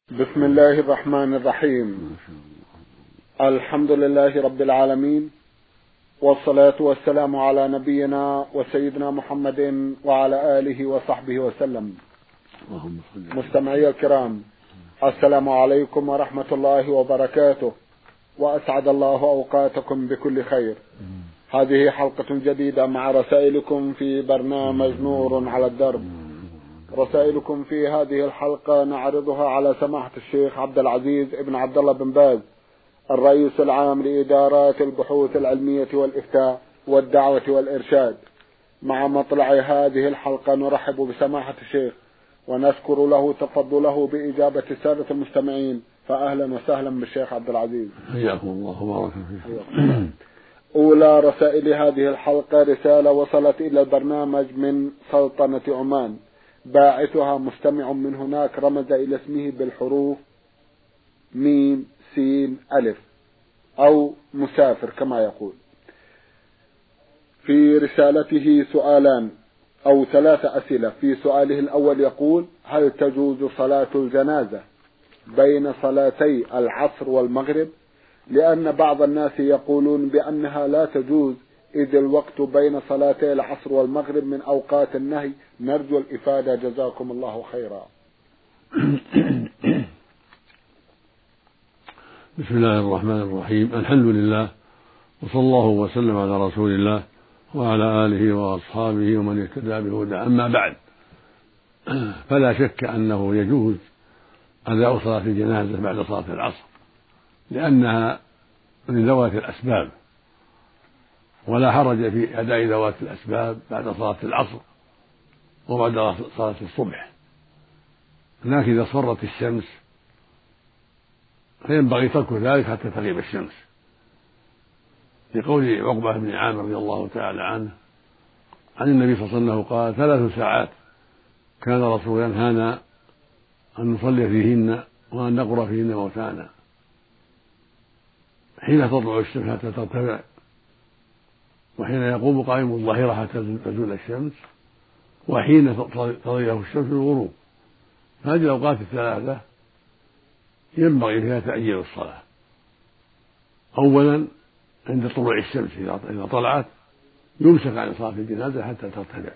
بسم الله الرحمن الرحيم. الحمد لله رب العالمين، والصلاة والسلام على نبينا وسيدنا محمد وعلى آله وصحبه وسلم. مستمعي الكرام، السلام عليكم ورحمة الله وبركاته، وأسعد الله أوقاتكم بكل خير. هذه حلقة جديدة مع رسائلكم في برنامج نور على الدرب. رسائلكم في هذه الحلقة نعرضها على سماحة الشيخ عبد العزيز ابن عبد الله بن باز، الرئيس العام لإدارات البحوث العلمية والإفتاء والدعوة والإرشاد. مع مطلع هذه الحلقة نرحب بسماحة الشيخ ونشكر له تفضله بإجابة السادة المستمعين، فأهلا وسهلا بالشيخ عبد العزيز. حياكم الله وبارك فيكم. أولى رسائل هذه الحلقة رسالة وصلت إلى البرنامج من سلطنة عمان، باعثها مستمع من هناك رمز إلى اسمه بالحروف ميم سين ألف أو مسافر كما يقول. في رسالته سؤالان أو 3 أسئلة. في سؤاله الأول يقول: هل تجوز صلاة الجنازة بين صلاتي العصر والمغرب؟ لأن بعض الناس يقولون بأنها لا تجوز، إذ الوقت بين صلاتي العصر والمغرب من أوقات النهي. نرجو الإفادة، جزاكم الله خيرا. بسم الله الرحمن الرحيم. الحمد لله، وصلى الله وسلم على رسول الله وعلى آله وأصحابه ومن اهتدى بهداه. أما بعد، فلا شك أنه يجوز أداء صلاة الجنازة بعد صلاة العصر، لأنها من ذوات الأسباب، ولا حرج في أداء ذوات الأسباب بعد صلاة العصر وبعد صلاة الصبح. لكن إذا اصفرت الشمس فينبغي ترك ذلك حتى تغيب الشمس، لقول عقبة بن عامر رضي الله تعالى عنه عن النبي صلى الله عليه وسلم قال: 3 ساعات كان الرسول ينهانا أن نصلي فيهن وأن نقر فيهن موتانا: حين تطلع الشمس حتى ترتفع، وحين يقوم قائم الظهيرة حتى تزول الشمس، وحين تضيء الشمس الغروب. هذه الأوقات ال3 ينبغي فيها تأجيل الصلاة. أولا عند طلوع الشمس، إذا طلعت يمسك عن صلاة الجنازة حتى ترتفع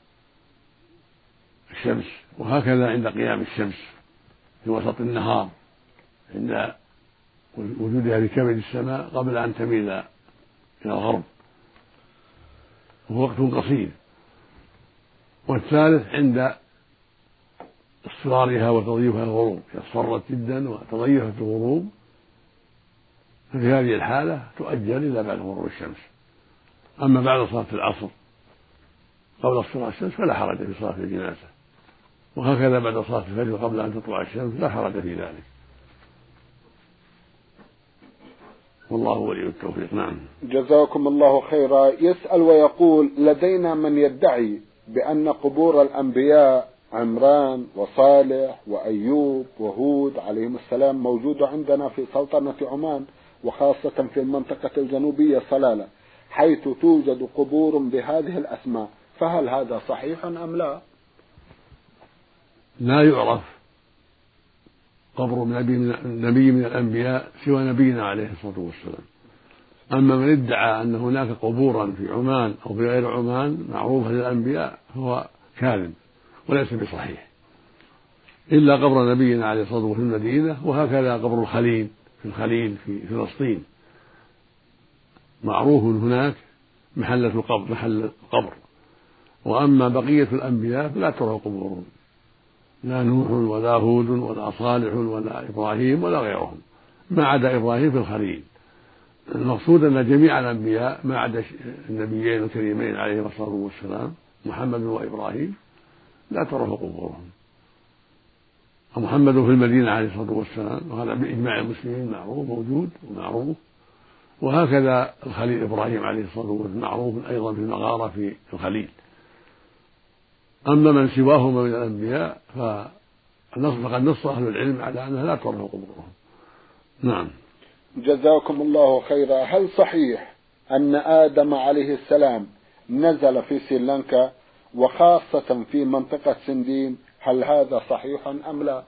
الشمس، وهكذا عند قيام الشمس في وسط النهار عند وجودها في كبد السماء قبل أن تميل إلى الغرب، وهو وقت قصير. والثالث عند اصفرارها وتضييفها الغروب، إذا اصفرت جدا وتضيفت الغروب ففي هذه الحالة تؤجل إلى بعد غروب الشمس. أما بعد صلاة العصر قبل اصفرار الشمس فلا حرج في صلاة الجنازة، وهكذا بعد صلاة الفجر قبل أن تطلع الشمس لا حرج في ذلك، والله ولي التوفيق. نعم. جزاكم الله خيرا. يسأل ويقول: لدينا من يدعي بأن قبور الأنبياء عمران وصالح وأيوب وهود عليهم السلام موجودة عندنا في سلطنة عمان، وخاصة في المنطقة الجنوبية صلالة، حيث توجد قبور بهذه الأسماء، فهل هذا صحيح أم لا؟ لا يعرف قبر نبي من الأنبياء سوى نبينا عليه الصلاة والسلام. أما من ادعى أن هناك قبورا في عمان أو في غير عمان معروفة للأنبياء هو كاذب وليس بصحيح، إلا قبر نبينا عليه الصلاة والسلام في المدينة، وهكذا قبر الخليل في فلسطين معروف هناك محل القبر. وأما بقية الأنبياء فلا ترى قبورهم، لا نوح ولا هود ولا صالح ولا إبراهيم ولا غيرهم، ما عدا إبراهيم في الخليل. المقصود أن جميع الأنبياء ما عدا النبيين الكريمين عليهم الصلاة والسلام محمد وإبراهيم لا ترى قبورهم. ومحمد في المدينة عليه الصلاة والسلام، وهذا بإجماع المسلمين معروف موجود ومعروف، وهكذا الخليل إبراهيم عليه الصلاة والسلام معروف أيضا في المغارة في الخليل. أما من سواهما من الأنبياء فقد نص أهل العلم على أنها لا ترى قبورهم. نعم. جزاكم الله خيرا. هل صحيح أن آدم عليه السلام نزل في سريلانكا وخاصة في منطقة سندين؟ هل هذا صحيح أم لا؟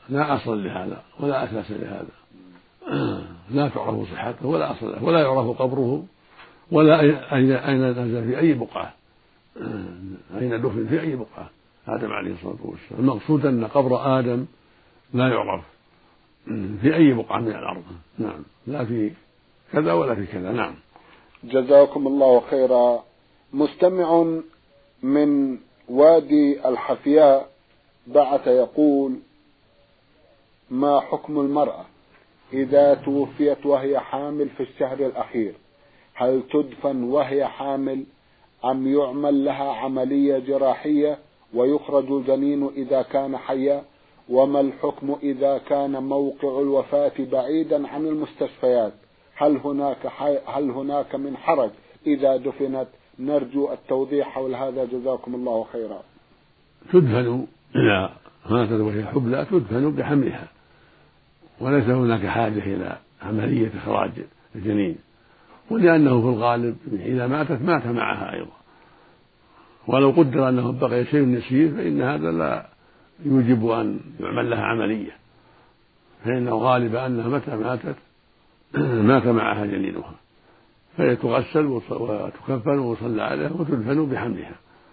لا أصل لهذا ولا أساس لهذا، لا تعرف صحته ولا أصل له، ولا يعرف قبره، ولا أين نزل في أي بقعة، أين دفن في أي بقعة آدم عليه الصلاة والسلام. المقصود أن قبر آدم لا يعرف في أي بقعة من الأرض، نعم، لا في كذا ولا في كذا. نعم. جزاكم الله خيرا. مستمع من وادي الحفياء بعث يقول: ما حكم المرأة إذا توفيت وهي حامل في الشهر الأخير؟ هل تدفن وهي حامل أم يعمل لها عملية جراحية ويخرج الجنين إذا كان حيا؟ وما الحكم إذا كان موقع الوفاة بعيدا عن المستشفيات؟ هل هناك من حرج إذا دفنت؟ نرجو التوضيح حول هذا جزاكم الله خيرا. تدفن إذا ماتت وهي حبلى تدفن بحملها، وليس هناك حاجة إلى عملية إخراج الجنين، ولأنه في الغالب إذا ماتت مات معها أيضا، ولو قدر أنه بقي شيء يسير فإن هذا لا يوجب أن يعمل لها عملية، فإنه غالب أنها متى ماتت مات معها جنينها، فهي تغسل وتكفن ويصلى عليها وتدفن بحملها.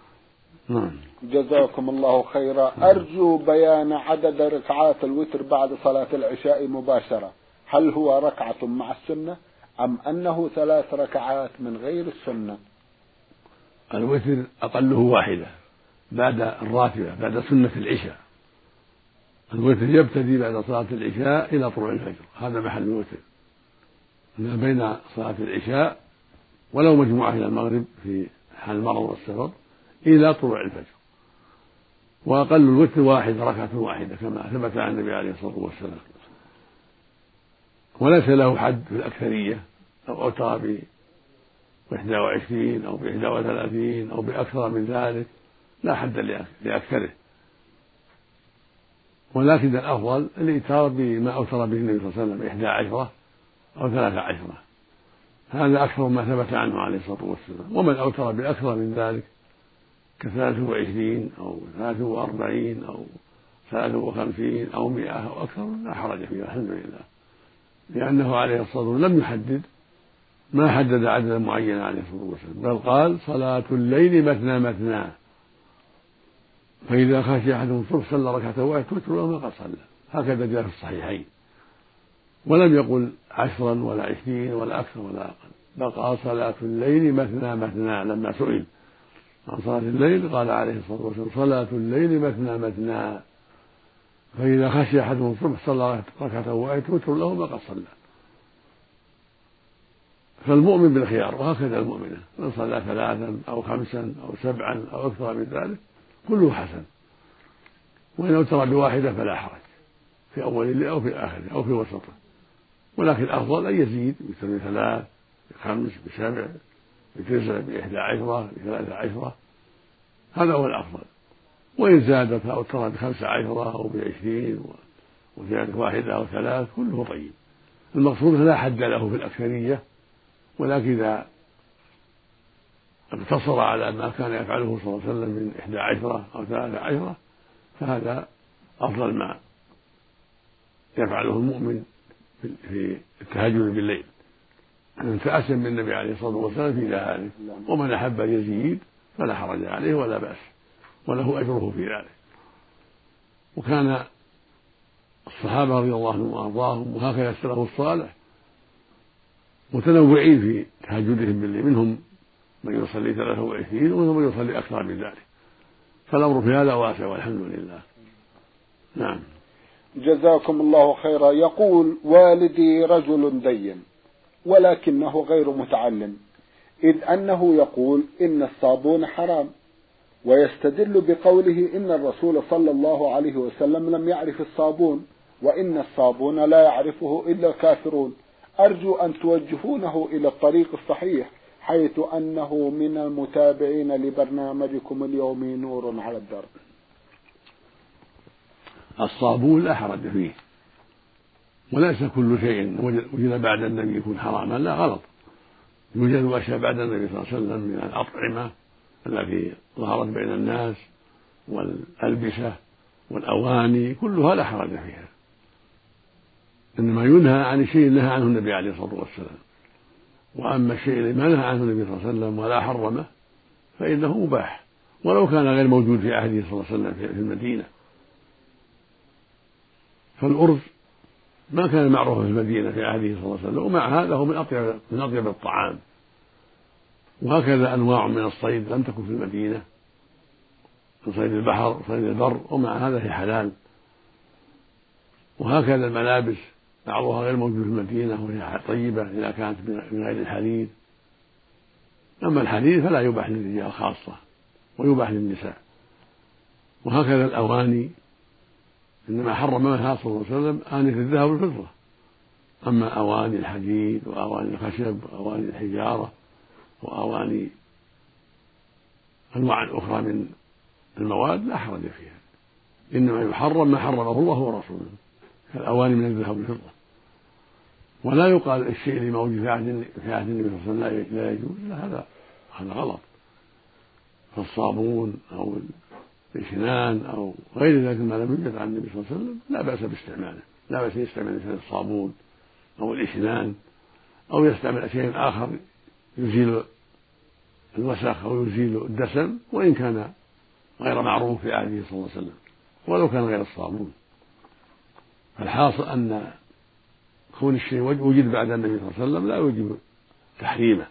جزاكم الله خيرا. أرجو بيان عدد ركعات الوتر بعد صلاة العشاء مباشرة، هل هو ركعة مع السنة أم أنه 3 ركعات من غير السنة؟ الوتر أقله واحدة بعد الراتبة بعد سنة العشاء. الوتر يبتدي بعد صلاة العشاء إلى طلوع الفجر، هذا محل الوتر، ما بين صلاة العشاء ولو مجموعة إلى المغرب في حال المرض والسفر إلى طلوع الفجر. وأقل الوتر واحد ركعة واحدة كما ثبت عن النبي عليه الصلاة والسلام، وليس له حد في الأكثرية، أو أوتر ب21 أو ب31 أو بأكثر من ذلك، لا حد لأكثره، ولكن الأفضل الإيتار بما أوتر به النبي صلى الله عليه وسلم 11 أو 13، هذا أكثر ما ثبت عنه عليه الصلاة والسلام. ومن أوتر بأكثر من ذلك ك23 أو 43 أو 53 أو 100 أو أكثر لا حرج فيه الحمد لله، لأنه عليه الصلاة والسلام لم يحدد، ما حدد عددا معينا عليه الصلاة والسلام، بل قال: صلاة الليل مثنى مثنى، فإذا خشي أحدهم الصبح صلى ركعة واحدة توتر له ما قد صلى، هكذا جاء في الصحيحين. ولم يقل 10 ولا 20 ولا أكثر ولا أقل، بل قال: صلاة الليل مثنى مثنى. لما سئل عن صلاة الليل قال عليه الصلاة والسلام: صلاة الليل مثنى مثنى، فإذا خشي أحدهم الصبح صلى ركعة واحدة توتر له ما قد صلى. فالمؤمن بالخيار، وهكذا المؤمنة، من صلى 3 أو 5 أو 7 أو أكثر من ذلك كله حسن، وإن أوتر بواحدة فلا حرج في أول الليل أو في آخره أو في وسطه، ولكن الأفضل أن يزيد مثل 3 ب5 ب7 ب9 ب11 ب13، هذا هو الأفضل. وإن زاد فأوتر ب15 أو ب20 وزاد 1 أو 3 كله طيب. المقصود لا حد له في الأكثرية، ولكن إذا اقتصر على ما كان يفعله صلى الله عليه وسلم من 11 أو 13 فهذا أفضل ما يفعله المؤمن في التهجد بالليل، تأسم بالنبي عليه الصلاة والسلام في ذلك. ومن أحب يزيد فلا حرج عليه ولا بأس، وله أجره في ذلك. وكان الصحابة رضي الله عنهم وأرضاهم وهكذا السلف الصالح متنوعين في تهجدهم بالليل، منهم من يصلي 23 ومنهم من يصلي أكثر من ذلك، فالأمر في هذا واسع والحمد لله. نعم. جزاكم الله خيرا. يقول: والدي رجل دين ولكنه غير متعلم، إذ أنه يقول إن الصابون حرام، ويستدل بقوله إن الرسول صلى الله عليه وسلم لم يعرف الصابون، وإن الصابون لا يعرفه إلا الكافرون. أرجو أن توجهونه إلى الطريق الصحيح، حيث أنه من المتابعين لبرنامجكم اليومي نور على الدرب. الصابون لا حرج فيه، وليس كل شيء وجد بعد النبي يكون حراما، لا، غلط. يوجد أشياء بعد النبي صلى الله عليه وسلم من الأطعمة التي ظهرت بين الناس والألبسة والأواني كلها لا حرج فيها، إنما ينهى عن الشيء نهى عنه النبي عليه الصلاة والسلام. وأما الشيء الذي ما نهى عنه النبي صلى الله عليه وسلم ولا حرمه فإنه مباح ولو كان غير موجود في عهده صلى الله عليه وسلم في المدينة. فالأرز ما كان معروفا في المدينة في عهده صلى الله عليه وسلم، ومع هذا هو من أطيب الطعام. وهكذا أنواع من الصيد لم تكن في المدينة، من صيد البحر وصيد البر، ومع هذا هي حلال. وهكذا الملابس بعضها غير موجود في المدينة وهي طيبة إذا كانت من غير الحرير. أما الحرير فلا يباح للرجال خاصة ويباح للنساء. وهكذا الأواني، إنما حرمها صلى الله عليه وسلم آنية الذهب والفضة. أما أواني الحديد وأواني الخشب وأواني الحجارة وأواني أنواع أخرى من المواد لا حرج فيها، إنما يحرم ما حرمه الله ورسوله كالأواني من الذهب والفضة. ولا يقال الشيء اللي موجود في عهد النبي صلى الله عليه وسلم لا يجوز، لا، هذا غلط. فالصابون أو الإشنان أو غير ذلك ما لم يوجد عن النبي صلى الله عليه وسلم لا بأس باستعماله، لا بأس يستعمل الصابون أو الإشنان أو يستعمل شيء آخر يزيل الوسخ أو يزيل الدسم، وإن كان غير معروف في عهده صلى الله عليه وسلم ولو كان غير الصابون. فالحاصل أن كون الشيء وجد بعد النبي صلى الله عليه وسلم لا يوجب تحريمه،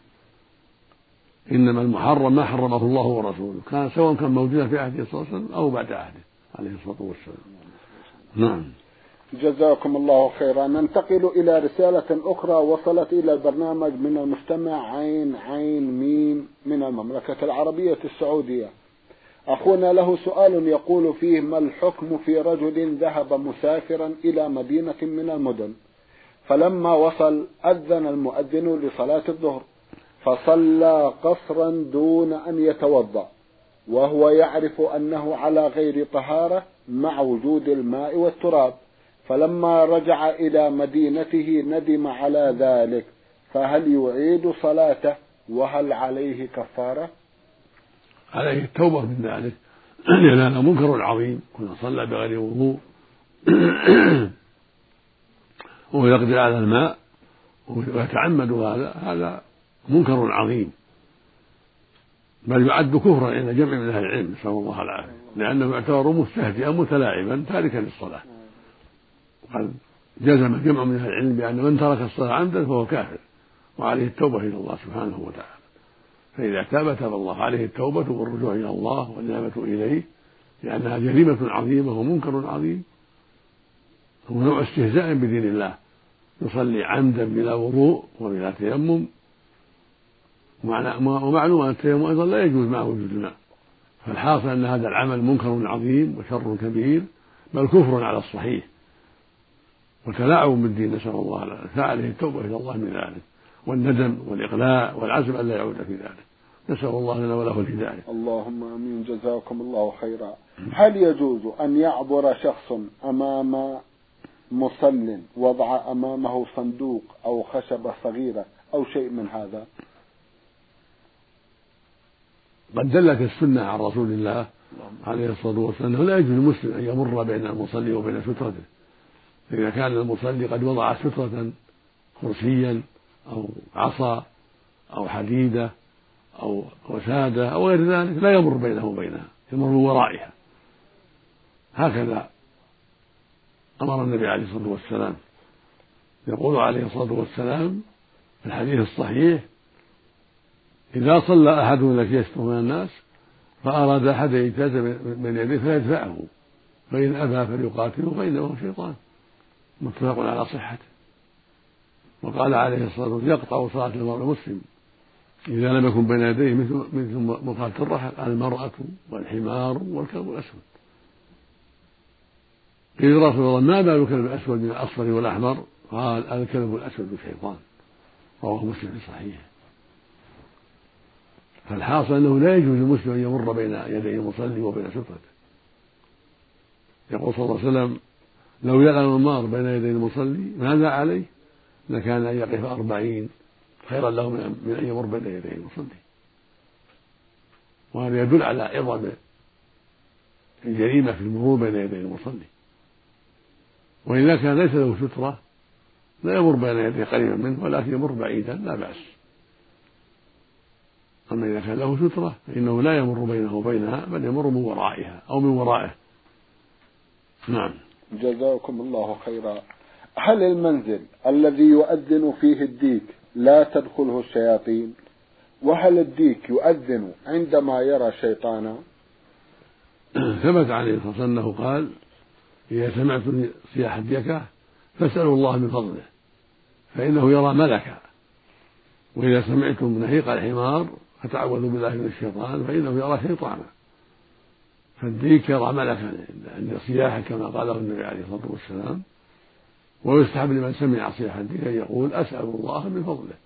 إنما المحرم ما حرمه الله ورسوله، كان سواء كان موجودا في عهده صلى الله عليه وسلم أو بعد عهده عليه الصلاة والسلام. نعم. جزاكم الله خيرا. ننتقل إلى رسالة أخرى وصلت إلى البرنامج من المستمع عين ميم من المملكة العربية السعودية. أخونا له سؤال يقول فيه: ما الحكم في رجل ذهب مسافرا إلى مدينة من المدن، فلما وصل أذن المؤذن لصلاة الظهر فصلى قصرا دون أن يتوضأ، وهو يعرف أنه على غير طهارة مع وجود الماء والتراب، فلما رجع إلى مدينته ندم على ذلك، فهل يعيد صلاته وهل عليه كفارة؟ عليه التوبة من ذلك، لأن هذا منكر عظيم. كنا صلى بغير وضوء وهو يقدر على الماء ويتعمد هذا منكر عظيم، بل يعد كفرا عند جمع من أهل العلم نسأل الله العافية، لأنه يعتبر مستهزئا متلاعبا تاركا للصلاة. وقد جزم جمع من أهل العلم بأن من ترك الصلاة عمدا فهو كافر وعليه التوبة إلى الله سبحانه وتعالى. فإذا تاب الله عليه التوبة والرجوع إلى الله والإنابة إليه، لأنها جريمة عظيمة ومنكر عظيم، هو نوع استهزاء بدين الله، يصلي عمدا بلا وضوء وبلا تيمم، ومعلوم أن التيمم أيضا لا يجوز مع وجود الماء. فالحاصل أن هذا العمل منكر عظيم وشر كبير، بل كفر على الصحيح وتلاعب بالدين، نسأل الله العافية. فعليه التوبة إلى الله من ذلك والندم والإقلاع والعزم أن لا يعود في ذلك. نسأل الله لنا وله الهداية. اللهم آمين. جزاكم الله خيرا. هل يجوز أن يعبر شخص أمام مصل وضع أمامه صندوق أو خشبة صغيرة أو شيء من هذا؟ قد دلت السنة عن رسول الله عليه الصلاة والسلام أنه لا يجوز للمسلم أن يمر بين المصلي وبين سترته، فإذا كان المصلي قد وضع سترة كرسيا أو عصا أو حديدة أو وسادة أو غير ذلك لا يمر بينه وبينها، يمر من ورائها. هكذا أمر النبي عليه الصلاة والسلام. يقول عليه الصلاة والسلام في الحديث الصحيح: إذا صلى أحدنا التي يستر من الناس فأراد أحد يجتاز من يديه فيدفعه، فإن أبى فليقاتله فإنه شيطان. متفق على صحته. وقال عليه الصلاة والسلام: يقطع صلاة المرء المسلم إذا لم يكن بين يديه مثل مقاتل الرحل المرأة والحمار والكلب الأسود. قيل رسول الله: ما بال الكلب الأسود من الأصفر والأحمر؟ قال: الكلب الأسود شيطان. رواه مسلم في صحيحه. فالحاصل أنه لا يجوز للمسلم أن يمر بين يدي المصلي وبين سترته. يقول صلى الله عليه وسلم: لو يعلم المار بين يدي المصلي ماذا عليه لكان أن يقف 40 خيرا له من أن يمر بين يدي المصلي. وهذا يدل على عظم الجريمة في المرور بين يدي المصلي. وإذا كان ليس له سترة لا يمر بين يديه قريبا منه ولكن يمر بعيدا لا بأس. أما إذا كان له سترة فإنه لا يمر بينه وبينها بل يمر من ورائها أو من ورائه. نعم. جزاكم الله خيرا. هل المنزل الذي يؤذن فيه الديك لا تدخله الشياطين؟ وهل الديك يؤذن عندما يرى شيطانا؟ ثبت عليه الصلاة والسلام أنه قال: إذا سمعتم صياح الديكة فاسألوا الله من فضله فإنه يرى ملكا، وإذا سمعتم نهيق الحمار فتعوذوا بالله من الشيطان فإنه يرى شيطانا. فالديك يرى ملكا عند صياحه كما قاله النبي عليه الصلاة والسلام. ويستحب لمن سمع صياح الديك أن يقول: أسأل الله من فضله.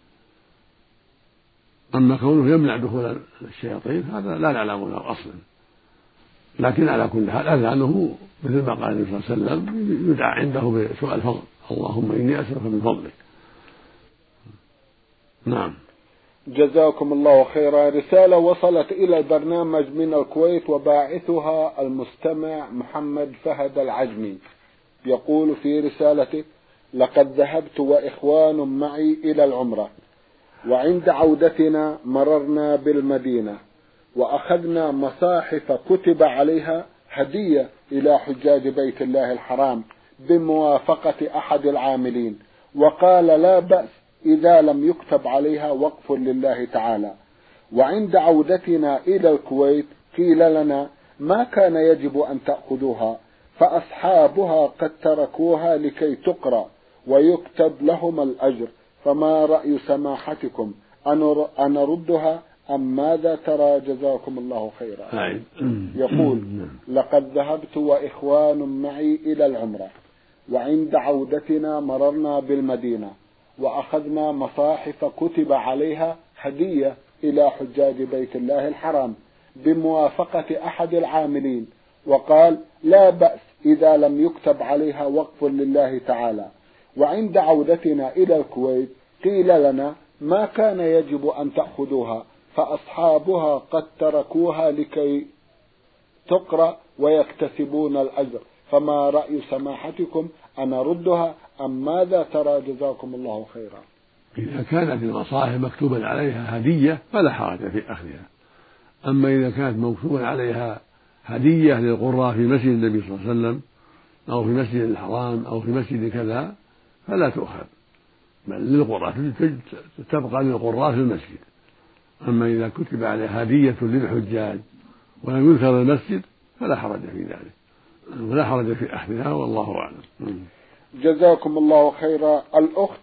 أما كونه يمنع دخول الشياطين هذا لا نعلم له أصلا، لكن على كل حال أذانه مثل ما قال النبي صلى الله عليه وسلم يدعى عنده بسؤال الفضل: اللهم إني أسألك من فضلك. نعم. جزاكم الله خيرا. رسالة وصلت إلى البرنامج من الكويت وباعثها المستمع محمد فهد العجمي، يقول في رسالته: لقد ذهبت وإخوان معي إلى العمرة، وعند عودتنا مررنا بالمدينة وأخذنا مصاحف كتب عليها هدية إلى حجاج بيت الله الحرام بموافقة أحد العاملين، وقال: لا بأس إذا لم يكتب عليها وقف لله تعالى. وعند عودتنا إلى الكويت قيل لنا: ما كان يجب أن تأخذوها، فأصحابها قد تركوها لكي تقرأ ويكتب لهم الأجر، فما رأي سماحتكم أن نردها أم ماذا ترى؟ جزاكم الله خيرا. يقول: لقد ذهبت وإخوان معي إلى العمرة، وعند عودتنا مررنا بالمدينة وأخذنا مصاحف كتب عليها هدية إلى حجاج بيت الله الحرام بموافقة أحد العاملين، وقال: لا بأس إذا لم يكتب عليها وقف لله تعالى. وعند عودتنا إلى الكويت قيل لنا: ما كان يجب أن تأخذوها، فأصحابها قد تركوها لكي تقرأ ويكتسبون الأجر، فما رأي سماحتكم أن نردها أم ماذا ترى؟ جزاكم الله خيرا. إذا كانت المصاحف مكتوبا عليها هدية فلا حرج في أخذها. أما إذا كانت مكتوبا عليها هدية للقراء في مسجد النبي صلى الله عليه وسلم أو في مسجد الحرام أو في مسجد كذا فلا تؤخذ، بل للقراء تبقى للقراء في المسجد. أما إذا كتب عليها هدية للحجاج ولم يذكر المسجد فلا حرج في ذلك ولا حرج في أخذها، والله أعلم. جزاكم الله خيرا. الأخت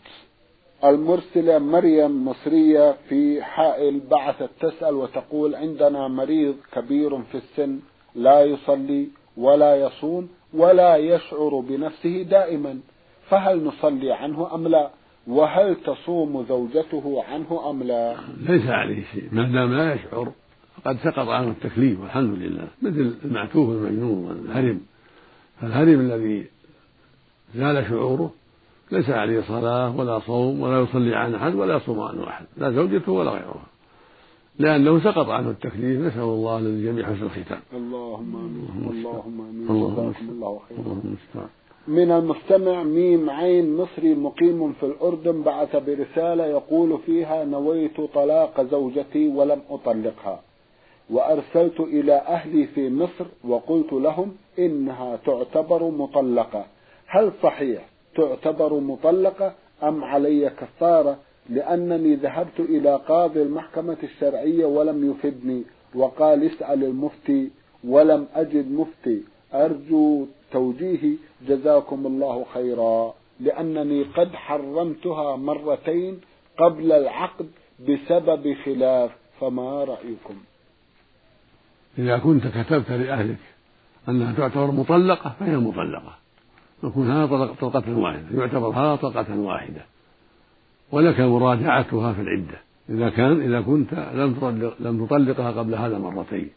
المرسلة مريم مصرية في حائل بعثت تسأل وتقول: عندنا مريض كبير في السن لا يصلي ولا يصوم ولا يشعر بنفسه دائما، فهل نصلي عنه أم لا؟ وهل تصوم زوجته عنه أم لا؟ ليس عليه شيء ما دام لا يشعر، قد سقط عنه التكليف والحمد لله، مثل المعتوه المجنون والهرم. فالهرم الذي زال شعوره ليس عليه صلاة ولا صوم ولا يصلي عن أحد ولا يصوم عن أحد، لا زوجته ولا غيرها، لأنه سقط عنه التكليف. نسأل الله للجميع حسن الختام. اللهم آمين. اللهم آمين. جزاكم الله خيرا. من المستمع ميم عين مصري مقيم في الأردن بعث برسالة يقول فيها: نويت طلاق زوجتي ولم أطلقها، وأرسلت إلى أهلي في مصر وقلت لهم إنها تعتبر مطلقة، هل صحيح تعتبر مطلقة أم علي كفارة؟ لأنني ذهبت إلى قاضي المحكمة الشرعية ولم يفدني، وقال اسأل المفتي ولم أجد مفتي، أرجو توجيهي جزاكم الله خيرا، لأنني قد حرمتها مرتين قبل العقد بسبب خلاف، فما رأيكم؟ إذا كنت كتبت لأهلك أنها تعتبر مطلقة فهي مطلقة، يكون هذا طلقة واحدة، يعتبر هذا طلقة واحدة، ولك مراجعتها في العدة إذا كنت لم تطلقها قبل هذا مرتين.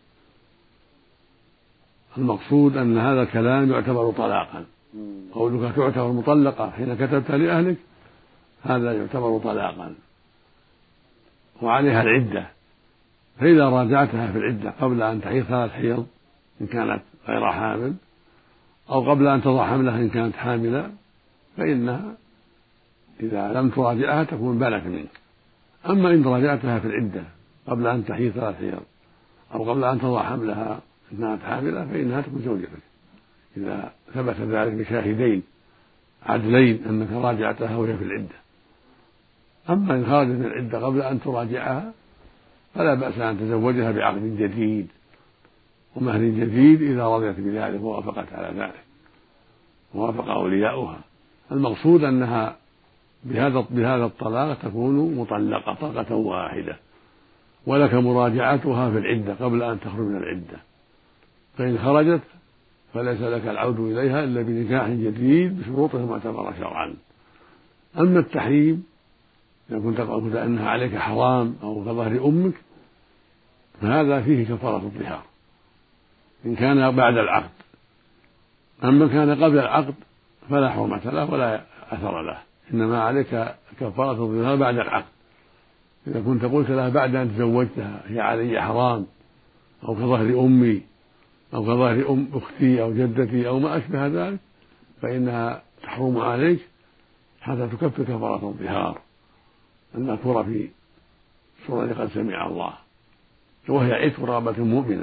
المقصود أن هذا الكلام يعتبر طلاقا، قولك تعتبر مطلقة حين كتبت لأهلك هذا يعتبر طلاقا، وعليها العدة، فإذا راجعتها في العدة قبل أن تحيض 3 حيض إن كانت غير حامل، أو قبل أن تضع حملها إن كانت حاملة، فإنها إذا لم تراجعها تكون بانت منك. أما إن راجعتها في العدة قبل أن تحيض 3 حيض أو قبل أن تضع حملها كانت حاملة فإنها تكون زوجتك إذا ثبت ذلك بشاهدين عدلين أنك راجعتها وهي في العدة. أما إن خرجت من العدة قبل أن تراجعها فلا بأس أن تزوجها بعقد جديد ومهر جديد إذا رضيت بذلك ووافقت على ذلك ووافق أولياؤها. المقصود أنها بهذا الطلاق تكون مطلقة طلقة واحدة، ولك مراجعتها في العدة قبل أن تخرج من العدة، فإن خرجت فليس لك العود إليها إلا بنكاح جديد بشروطه المعتبرة شرعا. أما التحريم إذا كنت قلت أنها عليك حرام أو كظهر أمك فهذا فيه كفارة الظهار إن كان بعد العقد. أما كان قبل العقد فلا حرمة له ولا أثر له، إنما عليك كفارة الظهار بعد العقد. إذا كنت قلت لها بعد أن تزوجتها هي علي حرام أو كظهر أمي أو كظهر أختي أو جدتي أو ما أشبه ذلك فإنها تحرم عليك حتى تكفر كفارة الظهار المذكورة في سورة قد سمع الله، وهي عتق رغبة مؤمنة.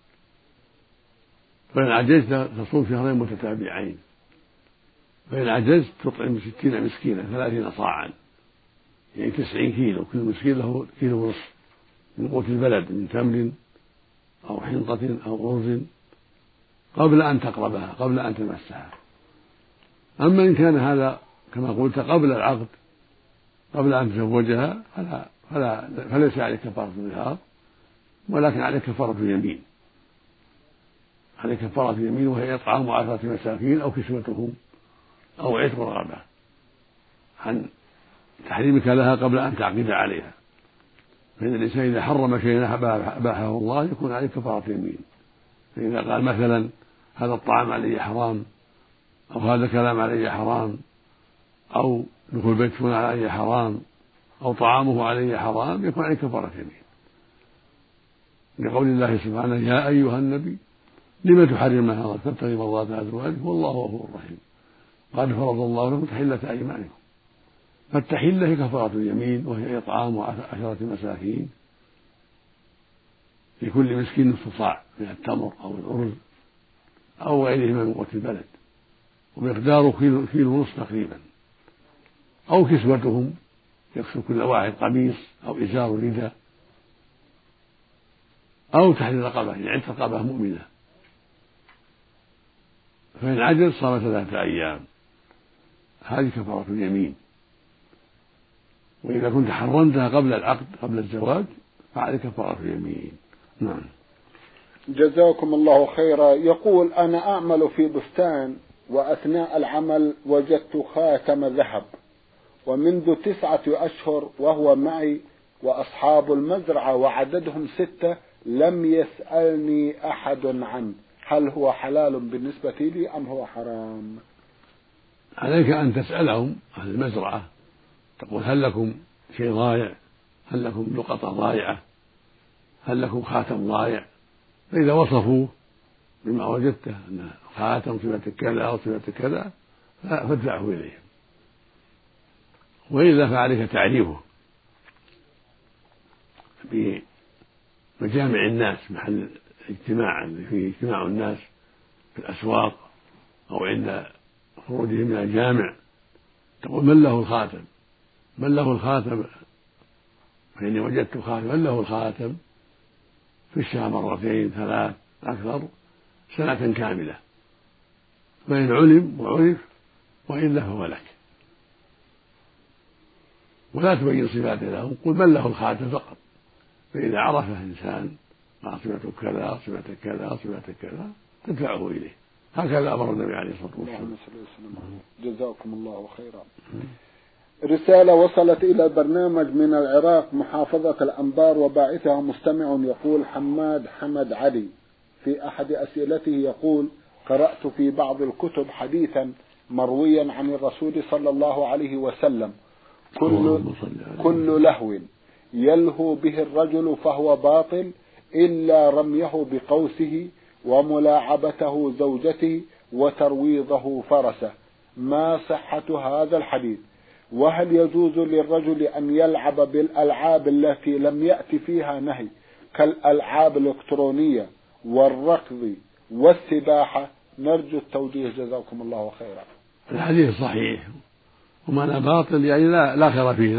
فإن عجزت تصوم شهرين متتابعين، فإن عجزت تطعم 60 مسكينا 30 صاعا يعني 90 كيلو، كل مسكين له كيلو ونصف من قوت البلد من تمر أو حنطة أو أرز قبل أن تقربها قبل أن تمسها. أما إن كان هذا كما قلت قبل العقد قبل أن تزوجها فليس عليك كفارة الظهار، ولكن عليك كفارة يمين، عليك كفارة يمين وهي إطعام 10 مساكين أو كسوتهم أو عتق رغبة عن تحريمك لها قبل أن تعقد عليها. فإن الإنسان إذا حرم شيئا أباحه الله يكون عليه كفارة يمين. فإذا قال مثلا هذا الطعام علي حرام أو هذا الكلام علي حرام أو دخول بيت فلان علي حرام أو طعامه علي حرام يكون عليه كفارة يمين، لقول الله سبحانه يا أيها النبي لم تحرم ما حرم تبتغي مرضات أزواجك والله غفور رحيم قد فرض الله لكم تحلة أيمانكم. فالتحلة هي كفارة اليمين وهي إطعام 10 مساكين لكل مسكين نصف صاع من التمر أو الأرز أو غيرهما من قوت البلد ومقداره كيلو ونصف تقريبا، أو كسوتهم يكسو كل واحد قميص أو إزار رداء أو تحرير رقبة يعني عتق رقبة مؤمنة. فإن عجز صام 3 أيام، هذه كفارة اليمين. وإذا كنت حرمتها قبل العقد قبل الزواج فعليك كفارة اليمين. نعم. جزاكم الله خيرا. يقول أنا أعمل في بستان وأثناء العمل وجدت خاتم ذهب ومنذ 9 أشهر وهو معي وأصحاب المزرعة وعددهم 6 لم يسألني أحد عنه، هل هو حلال بالنسبة لي أم هو حرام؟ عليك أن تسألهم عن المزرعة، تقول هل لكم شيء ضايع، هل لكم لقطة ضائعة، هل لكم خاتم ضائع، فإذا وصفوه بما وجدته أن خاتم صفة كذا أو صفة كذا فادفعه إليهم، وإلا فعليك تعريفه بمجامع الناس محل اجتماع فيه اجتماع الناس في الأسواق أو عند خروجهم من الجامع، تقول من له الخاتم، من له الخاتم، فإني وجدت خاتم من له الخاتم في الشهر 2 3 أكثر 1 سنة كاملة، فإن علم وعرف وإلا فهو لك، ولا تبين صفاته لهم، قل من له الخاتم فقط، فإذا عرفه إنسان صفة كذا صفة كذا صفة كذا تدفعه إليه. هكذا أمر النبي عليه الصلاة والسلام. جزاكم الله خيرا. رسالة وصلت إلى البرنامج من العراق محافظة الأنبار وباعثها مستمع يقول حمد علي في أحد أسئلته يقول قرأت في بعض الكتب حديثا مرويا عن الرسول صلى الله عليه وسلم كل لهو يلهو به الرجل فهو باطل إلا رميه بقوسه وملاعبته زوجته وترويضه فرسه، ما صحة هذا الحديث؟ وهل يجوز للرجل أن يلعب بالألعاب التي لم يأتي فيها نهي كالألعاب الإلكترونية والركض والسباحة؟ نرجو التوجيه جزاكم الله خيرا. الحديث صحيح ومعنى باطل يعني لا خير فيه،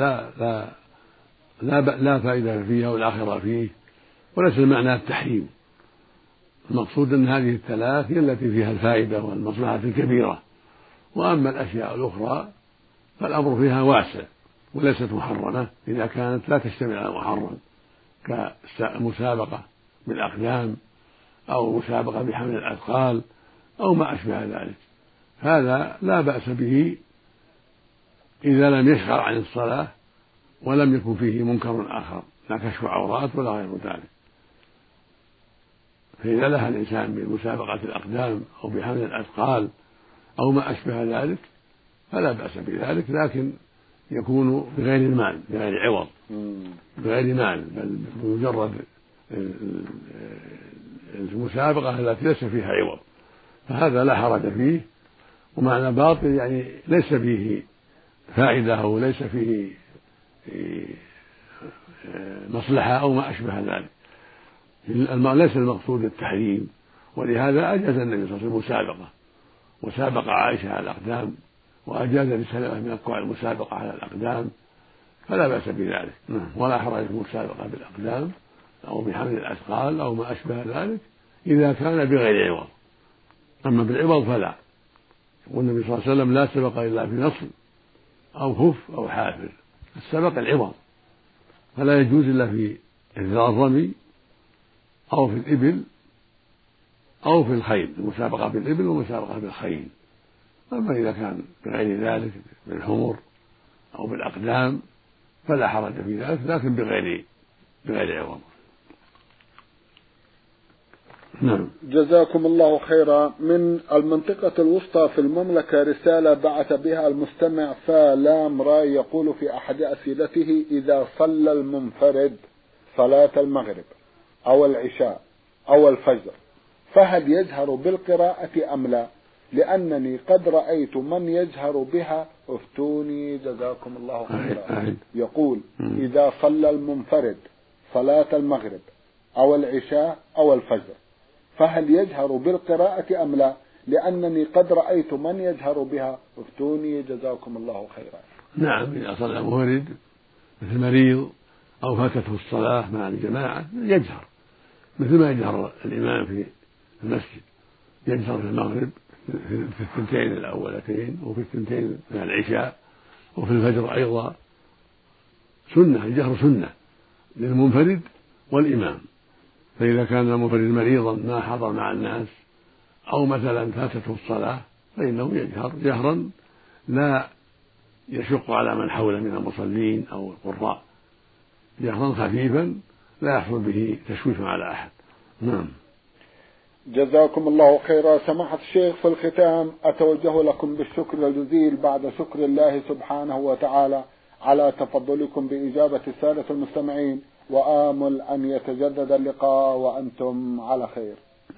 لا فائدة فيه ولا خير فيه، وليس المعنى التحريم. المقصود أن هذه الثلاث هي التي فيها الفائدة والمصلحة الكبيرة، وأما الأشياء الأخرى فالأمر فيها واسع وليست محرمة إذا كانت لا تشتمل على محرم، كمسابقة بالأقدام أو مسابقة بحمل الأثقال أو ما أشبه ذلك. هذا لا بأس به إذا لم يشغل عن الصلاة ولم يكن فيه منكر آخر، لا كشف عورات ولا غير ذلك. فإذا لها الإنسان بمسابقة الأقدام أو بحمل الأثقال أو ما أشبه ذلك فلا بأس بذلك، لكن يكون بغير المال، بغير عوض، بغير مال، بل بمجرد المسابقة التي ليس فيها عوض، فهذا لا حرج فيه. ومعنى باطل يعني ليس فيه فائدة أو ليس فيه مصلحة أو ما أشبه ذلك، ليس المقصود التحريم. ولهذا أجاز النبي صلى الله عليه وسلم المسابقة، وسابق عائشة على الأقدام، وأجاز لسلمة من أكوع المسابقة على الأقدام، فلا بأس بذلك، ولا حرج في المسابقة بالأقدام أو بحمل الأثقال أو ما أشبه ذلك إذا كان بغير عوض. أما بالعوض فلا. والنبي صلى الله عليه وسلم لا سبق إلا في نصر أو خف أو حافر، السبق العوض، فلا يجوز إلا في الرمي أو في الإبل أو في الخيل، المسابقة بالإبل والمسابقة بالخيل. أما إذا كان بغير ذلك بالحمر أو بالأقدام فلا حرج في ذلك، لكن بغير عوض. نعم. جزاكم الله خيرا. من المنطقة الوسطى في المملكة رسالة بعث بها المستمع فلام راي، يقول في أحد أسئلته: إذا صلى المنفرد صلاة المغرب أو العشاء أو الفجر فهل يجهر بالقراءة أم لا؟ لأنني قد رأيت من يجهر بها، افتوني جزاكم الله خيرا. يقول: إذا صلى المنفرد صلاة المغرب أو العشاء أو الفجر فهل يجهر بالقراءة أم لا؟ لأنني قد رأيت من يجهر بها، افتوني جزاكم الله خيرا. نعم، إذا صلى منفرد مثل مريض أو فاتته الصلاة مع الجماعة يجهر، مثل ما يجهر الإمام في المسجد، يجهر في المغرب في الثنتين الأولتين وفي الثنتين من العشاء وفي الفجر أيضا. سنة، الجهر سنة للمنفرد والإمام. فإذا كان المنفرد مريضا ما حضر مع الناس أو مثلا فاتته الصلاة فإنه يجهر جهرا لا يشق على من حوله من المصلين أو القراء، جهرا خفيفا لا يحصل به تشويش على أحد. نعم. جزاكم الله خيرا. سماحة الشيخ، في الختام أتوجه لكم بالشكر الجزيل بعد شكر الله سبحانه وتعالى على تفضلكم بإجابة السادة المستمعين، وآمل أن يتجدد اللقاء وأنتم على خير.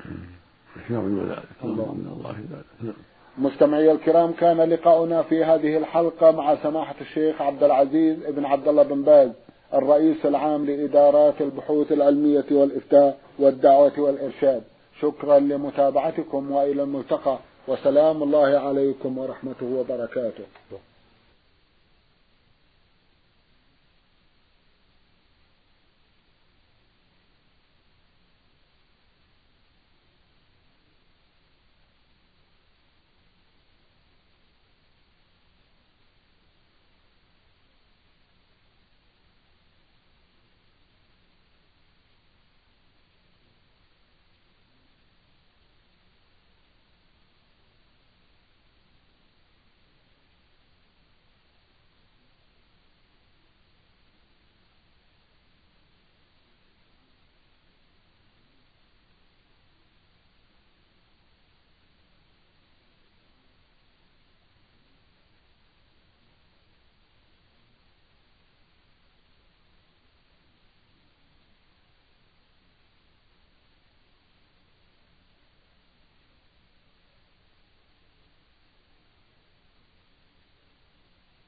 مستمعي الكرام، كان لقاؤنا في هذه الحلقة مع سماحة الشيخ عبد العزيز بن عبد الله بن باز، الرئيس العام لإدارات البحوث العلمية والإفتاء والدعوة والإرشاد. شكرا لمتابعتكم وإلى الملتقى، وسلام الله عليكم ورحمته وبركاته.